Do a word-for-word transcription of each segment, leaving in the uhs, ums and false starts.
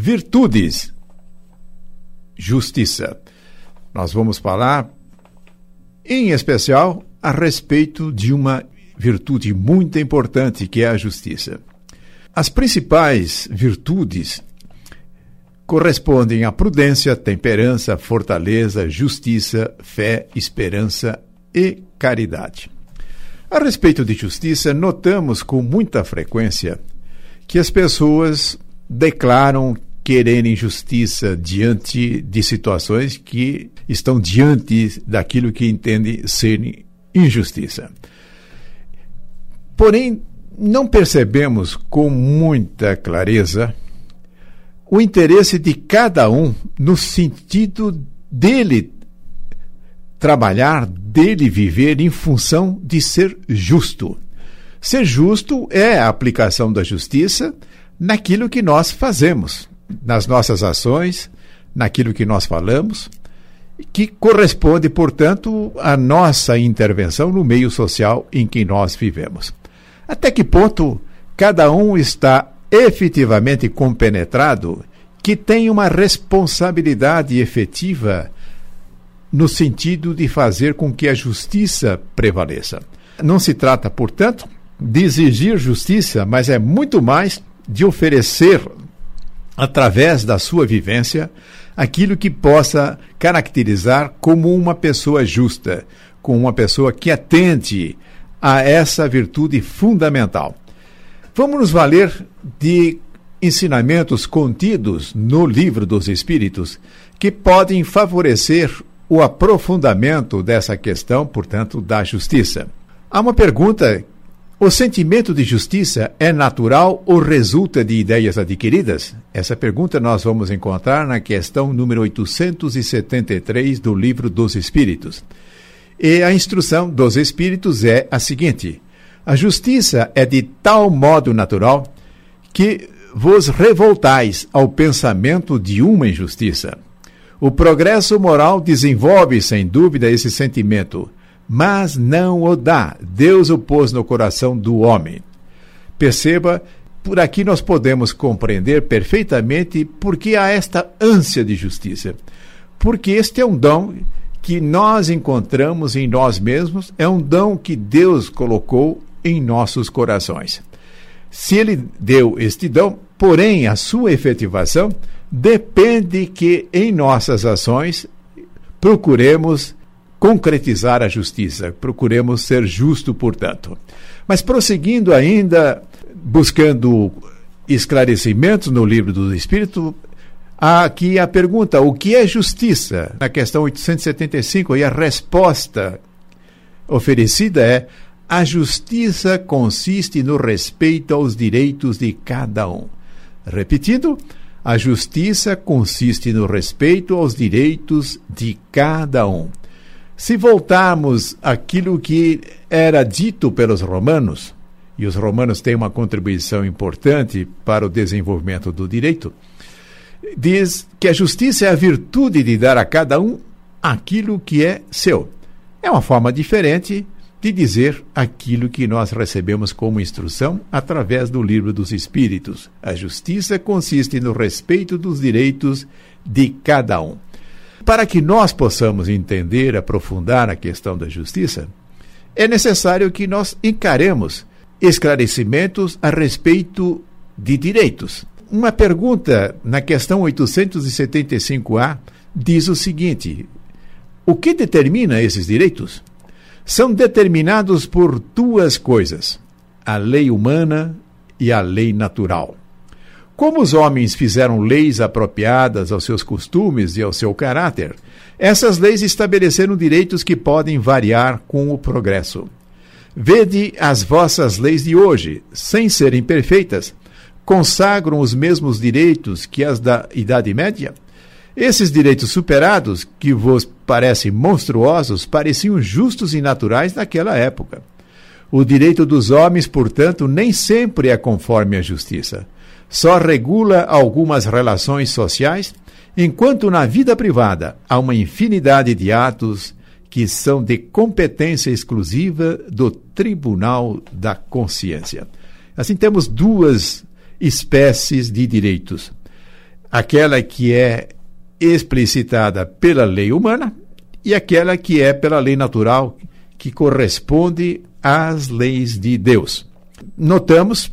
Virtudes. Justiça. Nós vamos falar, em especial, a respeito de uma virtude muito importante, que é a justiça. As principais virtudes correspondem à prudência, temperança, fortaleza, justiça, fé, esperança e caridade. A respeito de justiça, notamos com muita frequência que as pessoas declaram quererem justiça diante de situações que estão diante daquilo que entendem ser injustiça. Porém, não percebemos com muita clareza o interesse de cada um no sentido dele trabalhar, dele viver em função de ser justo. Ser justo é a aplicação da justiça naquilo que nós fazemos, nas nossas ações, naquilo que nós falamos, que corresponde, portanto, à nossa intervenção no meio social em que nós vivemos. Até que ponto cada um está efetivamente compenetrado que tem uma responsabilidade efetiva no sentido de fazer com que a justiça prevaleça. Não se trata, portanto, de exigir justiça, mas é muito mais de oferecer, através da sua vivência, aquilo que possa caracterizar como uma pessoa justa, como uma pessoa que atende a essa virtude fundamental. Vamos nos valer de ensinamentos contidos no Livro dos Espíritos que podem favorecer o aprofundamento dessa questão, portanto, da justiça. Há uma pergunta: o sentimento de justiça é natural ou resulta de ideias adquiridas? Essa pergunta nós vamos encontrar na questão número oitocentos e setenta e três do Livro dos Espíritos. E a instrução dos Espíritos é a seguinte: a justiça é de tal modo natural que vos revoltais ao pensamento de uma injustiça. O progresso moral desenvolve, sem dúvida, esse sentimento, mas não o dá. Deus o pôs no coração do homem. Perceba, por aqui nós podemos compreender perfeitamente por que há esta ânsia de justiça. Porque este é um dom que nós encontramos em nós mesmos, é um dom que Deus colocou em nossos corações. Se Ele deu este dom, porém a sua efetivação depende que em nossas ações procuremos concretizar a justiça, procuremos ser justo, portanto. Mas prosseguindo ainda, buscando esclarecimentos no Livro do Espírito, há aqui a pergunta: o que é justiça? Na questão oitocentos e setenta e cinco, e a resposta oferecida é: a justiça consiste no respeito aos direitos de cada um. Repetindo, a justiça consiste no respeito aos direitos de cada um. Se voltarmos àquilo que era dito pelos romanos, e os romanos têm uma contribuição importante para o desenvolvimento do direito, diz que a justiça é a virtude de dar a cada um aquilo que é seu. É uma forma diferente de dizer aquilo que nós recebemos como instrução através do Livro dos Espíritos. A justiça consiste no respeito dos direitos de cada um. Para que nós possamos entender, aprofundar a questão da justiça, é necessário que nós encaremos esclarecimentos a respeito de direitos. Uma pergunta na questão oitocentos e setenta e cinco A diz o seguinte: o que determina esses direitos? São determinados por duas coisas: a lei humana e a lei natural. Como os homens fizeram leis apropriadas aos seus costumes e ao seu caráter, essas leis estabeleceram direitos que podem variar com o progresso. Vede as vossas leis de hoje, sem serem perfeitas, consagram os mesmos direitos que as da Idade Média? Esses direitos superados, que vos parecem monstruosos, pareciam justos e naturais naquela época. O direito dos homens, portanto, nem sempre é conforme a justiça. Só regula algumas relações sociais, enquanto na vida privada há uma infinidade de atos que são de competência exclusiva do Tribunal da Consciência. Assim, temos duas espécies de direitos. aquela que é explicitada pela lei humana e aquela que é pela lei natural, que corresponde às leis de Deus. Notamos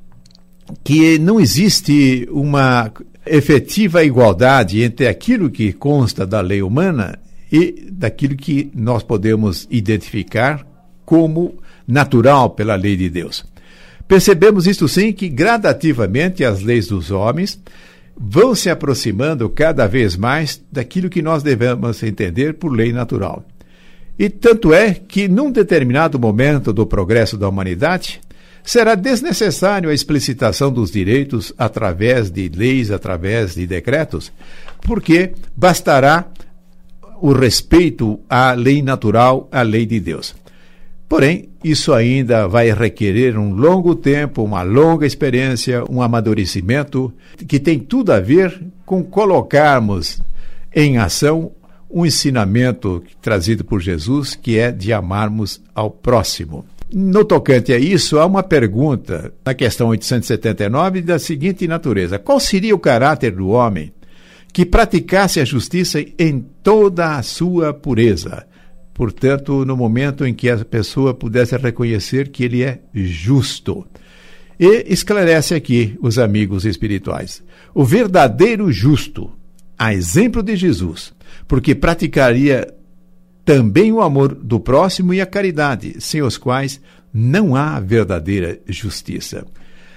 que não existe uma efetiva igualdade entre aquilo que consta da lei humana e daquilo que nós podemos identificar como natural pela lei de Deus. Percebemos isto sim, que gradativamente as leis dos homens vão se aproximando cada vez mais daquilo que nós devemos entender por lei natural. E tanto é que, num determinado momento do progresso da humanidade, será desnecessário a explicitação dos direitos através de leis, através de decretos, porque bastará o respeito à lei natural, à lei de Deus. Porém, isso ainda vai requerer um longo tempo, uma longa experiência, um amadurecimento, que tem tudo a ver com colocarmos em ação um ensinamento trazido por Jesus, que é de amarmos ao próximo. No tocante a isso, há uma pergunta na questão oitocentos e setenta e nove da seguinte natureza: qual seria o caráter do homem que praticasse a justiça em toda a sua pureza? Portanto, no momento em que a pessoa pudesse reconhecer que ele é justo. E esclarece aqui os amigos espirituais: o verdadeiro justo, a exemplo de Jesus, porque praticaria também o amor do próximo e a caridade, sem os quais não há verdadeira justiça.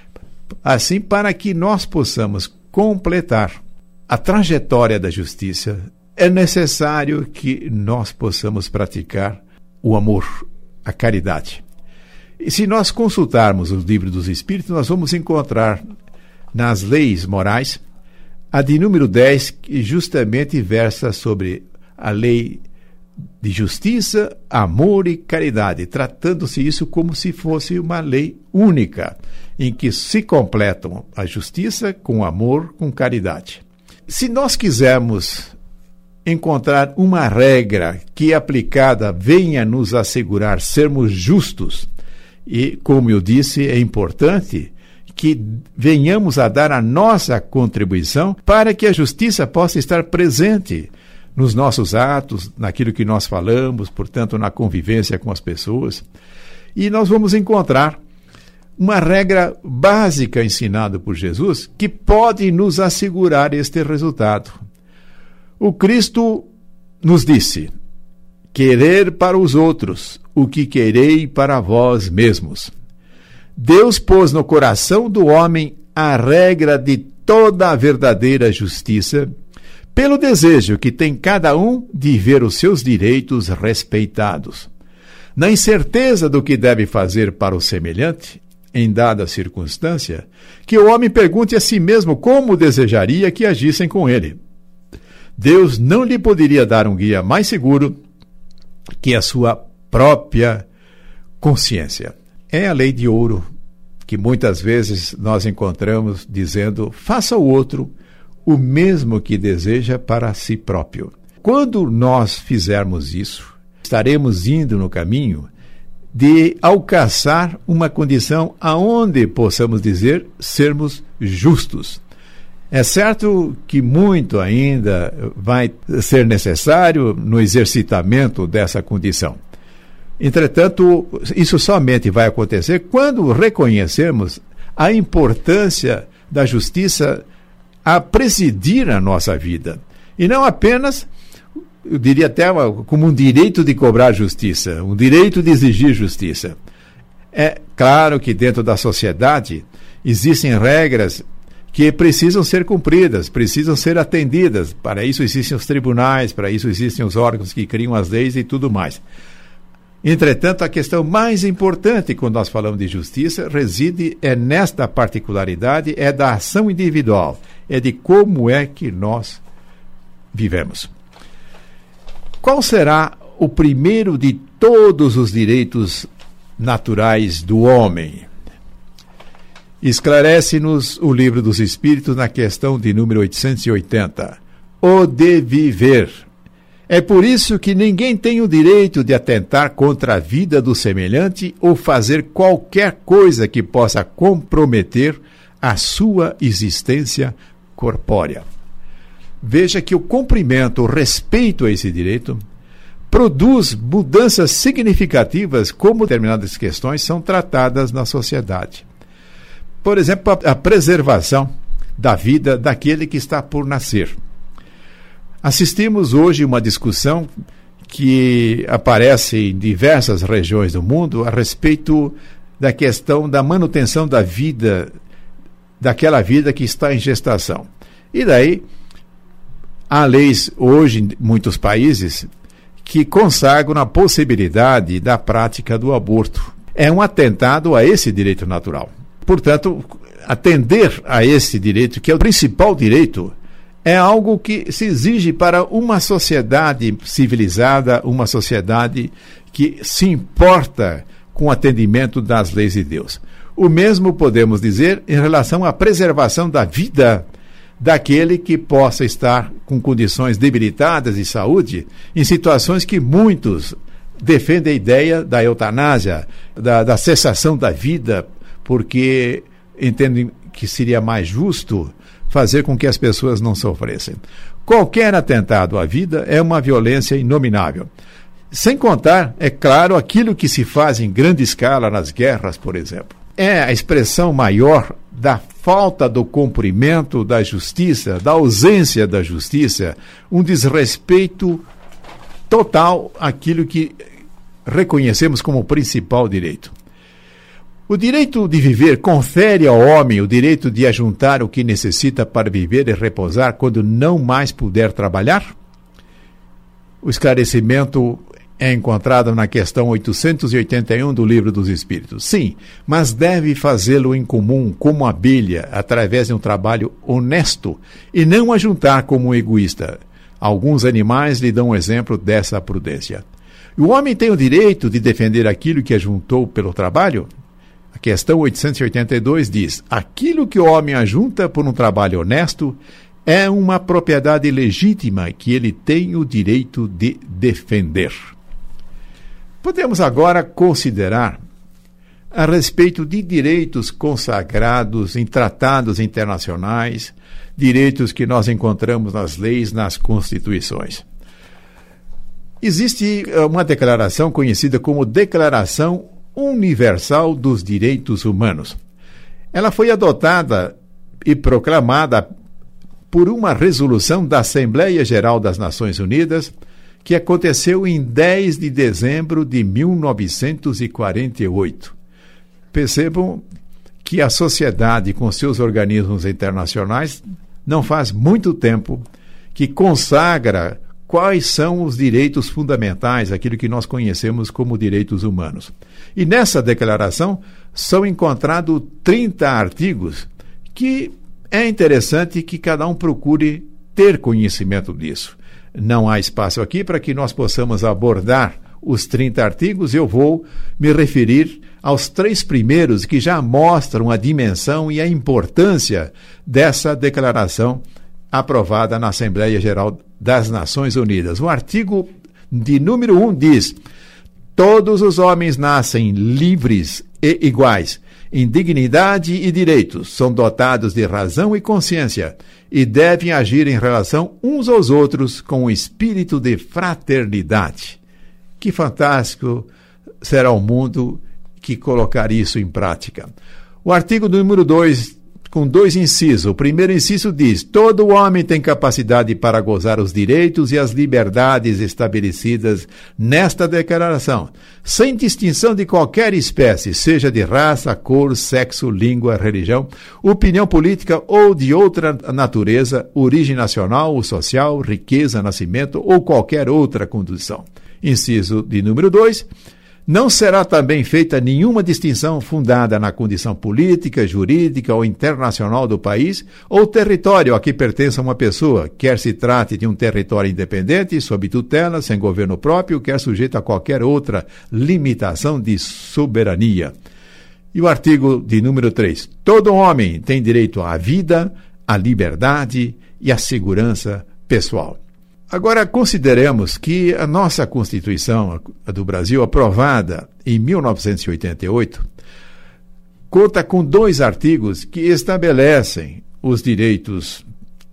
Assim, para que nós possamos completar a trajetória da justiça, é necessário que nós possamos praticar o amor, a caridade. E se nós consultarmos o Livro dos Espíritos, nós vamos encontrar nas leis morais a de número dez, que justamente versa sobre a lei de justiça, amor e caridade, tratando-se isso como se fosse uma lei única, em que se completam a justiça com amor, com caridade. Se nós quisermos encontrar uma regra que, aplicada, venha nos assegurar sermos justos, e, como eu disse, é importante que venhamos a dar a nossa contribuição para que a justiça possa estar presente nos nossos atos, naquilo que nós falamos, portanto, na convivência com as pessoas. E nós vamos encontrar uma regra básica ensinada por Jesus que pode nos assegurar este resultado. O Cristo nos disse: querer para os outros o que querei para vós mesmos. Deus pôs no coração do homem a regra de toda a verdadeira justiça, pelo desejo que tem cada um de ver os seus direitos respeitados. Na incerteza do que deve fazer para o semelhante, em dada circunstância, que o homem pergunte a si mesmo como desejaria que agissem com ele. Deus não lhe poderia dar um guia mais seguro que a sua própria consciência. É a lei de ouro que muitas vezes nós encontramos dizendo: faça ao outro o mesmo que deseja para si próprio. Quando nós fizermos isso, estaremos indo no caminho de alcançar uma condição aonde possamos dizer sermos justos. É certo que muito ainda vai ser necessário no exercitamento dessa condição. Entretanto, isso somente vai acontecer quando reconhecermos a importância da justiça a presidir a nossa vida. E não apenas, eu diria até como um direito de cobrar justiça, um direito de exigir justiça. É claro que dentro da sociedade existem regras que precisam ser cumpridas, precisam ser atendidas. Para isso existem os tribunais, para isso existem os órgãos que criam as leis e tudo mais. Entretanto, a questão mais importante quando nós falamos de justiça reside é nesta particularidade, é da ação individual, é de como é que nós vivemos. Qual será o primeiro de todos os direitos naturais do homem? Esclarece-nos o Livro dos Espíritos na questão de número oitocentos e oitenta. O de viver. É por isso que ninguém tem o direito de atentar contra a vida do semelhante ou fazer qualquer coisa que possa comprometer a sua existência corpórea. Veja que o cumprimento, o respeito a esse direito, produz mudanças significativas como determinadas questões são tratadas na sociedade. Por exemplo, a preservação da vida daquele que está por nascer. Assistimos hoje uma discussão que aparece em diversas regiões do mundo a respeito da questão da manutenção da vida, daquela vida que está em gestação. E daí, há leis hoje em muitos países que consagram a possibilidade da prática do aborto. É um atentado a esse direito natural. Portanto, atender a esse direito, que é o principal direito, é algo que se exige para uma sociedade civilizada, uma sociedade que se importa com o atendimento das leis de Deus. O mesmo podemos dizer em relação à preservação da vida daquele que possa estar com condições debilitadas de saúde, em situações que muitos defendem a ideia da eutanásia, da, da cessação da vida, porque entendem que seria mais justo fazer com que as pessoas não sofressem. Qualquer atentado à vida é uma violência inominável. Sem contar, é claro, aquilo que se faz em grande escala nas guerras, por exemplo. É a expressão maior da falta do cumprimento da justiça, da ausência da justiça, um desrespeito total àquilo que reconhecemos como principal direito. O direito de viver confere ao homem o direito de ajuntar o que necessita para viver e repousar quando não mais puder trabalhar? O esclarecimento é encontrado na questão oitocentos e oitenta e um do Livro dos Espíritos. Sim, mas deve fazê-lo em comum, como abelha, através de um trabalho honesto, e não ajuntar como um egoísta. Alguns animais lhe dão um exemplo dessa prudência. O homem tem o direito de defender aquilo que ajuntou pelo trabalho? A questão oitocentos e oitenta e dois diz: aquilo que o homem ajunta por um trabalho honesto é uma propriedade legítima que ele tem o direito de defender. Podemos agora considerar a respeito de direitos consagrados em tratados internacionais, direitos que nós encontramos nas leis, nas constituições. Existe uma declaração conhecida como Declaração Universal dos Direitos Humanos. Ela foi adotada e proclamada por uma resolução da Assembleia Geral das Nações Unidas, que aconteceu em dez de dezembro de mil novecentos e quarenta e oito. Percebam que a sociedade, com seus organismos internacionais, não faz muito tempo que consagra quais são os direitos fundamentais, aquilo que nós conhecemos como direitos humanos. E nessa declaração são encontrados trinta artigos que é interessante que cada um procure ter conhecimento disso. Não há espaço aqui para que nós possamos abordar os trinta artigos. Eu vou me referir aos três primeiros que já mostram a dimensão e a importância dessa declaração aprovada na Assembleia Geral das Nações Unidas. O artigo de número um diz: todos os homens nascem livres e iguais, em dignidade e direitos, são dotados de razão e consciência e devem agir em relação uns aos outros com um espírito de fraternidade. Que fantástico será o mundo que colocar isso em prática. O artigo número dois, com dois incisos. O primeiro inciso diz: todo homem tem capacidade para gozar os direitos e as liberdades estabelecidas nesta declaração, sem distinção de qualquer espécie, seja de raça, cor, sexo, língua, religião, opinião política ou de outra natureza, origem nacional ou social, riqueza, nascimento ou qualquer outra condição. Inciso de número dois. Não será também feita nenhuma distinção fundada na condição política, jurídica ou internacional do país ou território a que pertença uma pessoa, quer se trate de um território independente, sob tutela, sem governo próprio, quer sujeito a qualquer outra limitação de soberania. E o artigo de número três. Todo homem tem direito à vida, à liberdade e à segurança pessoal. Agora, consideremos que a nossa Constituição, a do Brasil, aprovada em mil novecentos e oitenta e oito, conta com dois artigos que estabelecem os direitos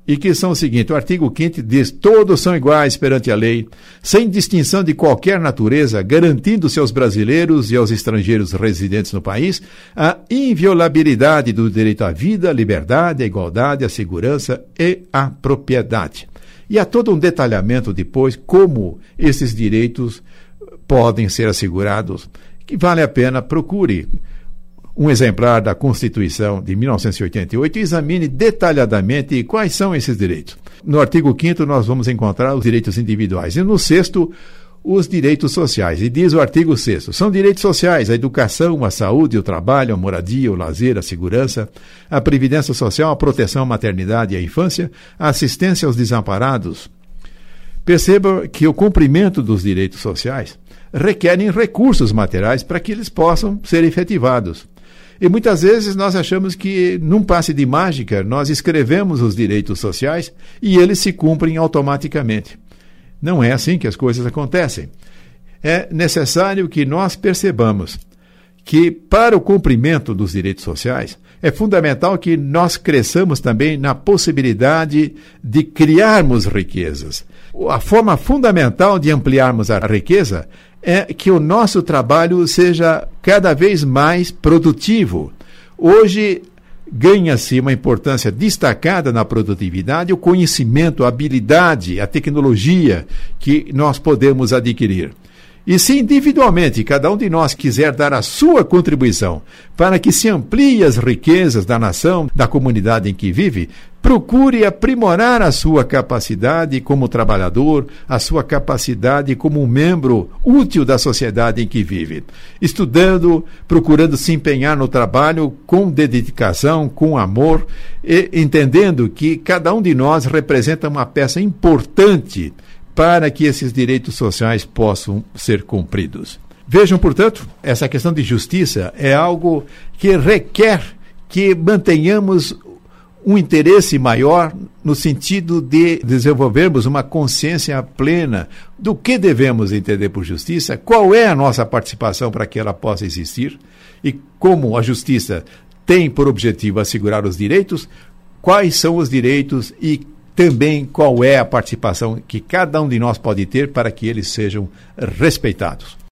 e que são o seguinte: o artigo quinto diz: todos são iguais perante a lei, sem distinção de qualquer natureza, garantindo aos brasileiros e aos estrangeiros residentes no país a inviolabilidade do direito à vida, à liberdade, à igualdade, à segurança e à propriedade. E há todo um detalhamento depois como esses direitos podem ser assegurados, que vale a pena procure um exemplar da Constituição de mil novecentos e oitenta e oito e examine detalhadamente quais são esses direitos. No artigo quinto nós vamos encontrar os direitos individuais e no sexto os direitos sociais. E diz o artigo sexto: são direitos sociais a educação, a saúde, o trabalho, a moradia, o lazer, a segurança, a previdência social, a proteção à maternidade e à infância, a assistência aos desamparados. Perceba que o cumprimento dos direitos sociais requerem recursos materiais para que eles possam ser efetivados. E muitas vezes nós achamos que, num passe de mágica, nós escrevemos os direitos sociais e eles se cumprem automaticamente. Não é assim que as coisas acontecem. É necessário que nós percebamos que, para o cumprimento dos direitos sociais, é fundamental que nós cresçamos também na possibilidade de criarmos riquezas. A forma fundamental de ampliarmos a riqueza é que o nosso trabalho seja cada vez mais produtivo. Hoje, ganha-se uma importância destacada na produtividade, o conhecimento, a habilidade, a tecnologia que nós podemos adquirir. E se individualmente cada um de nós quiser dar a sua contribuição para que se amplie as riquezas da nação, da comunidade em que vive, procure aprimorar a sua capacidade como trabalhador, a sua capacidade como um membro útil da sociedade em que vive. Estudando, procurando se empenhar no trabalho com dedicação, com amor, e entendendo que cada um de nós representa uma peça importante para que esses direitos sociais possam ser cumpridos. Vejam, portanto, essa questão de justiça é algo que requer que mantenhamos um interesse maior no sentido de desenvolvermos uma consciência plena do que devemos entender por justiça, qual é a nossa participação para que ela possa existir e como a justiça tem por objetivo assegurar os direitos, quais são os direitos e também qual é a participação que cada um de nós pode ter para que eles sejam respeitados.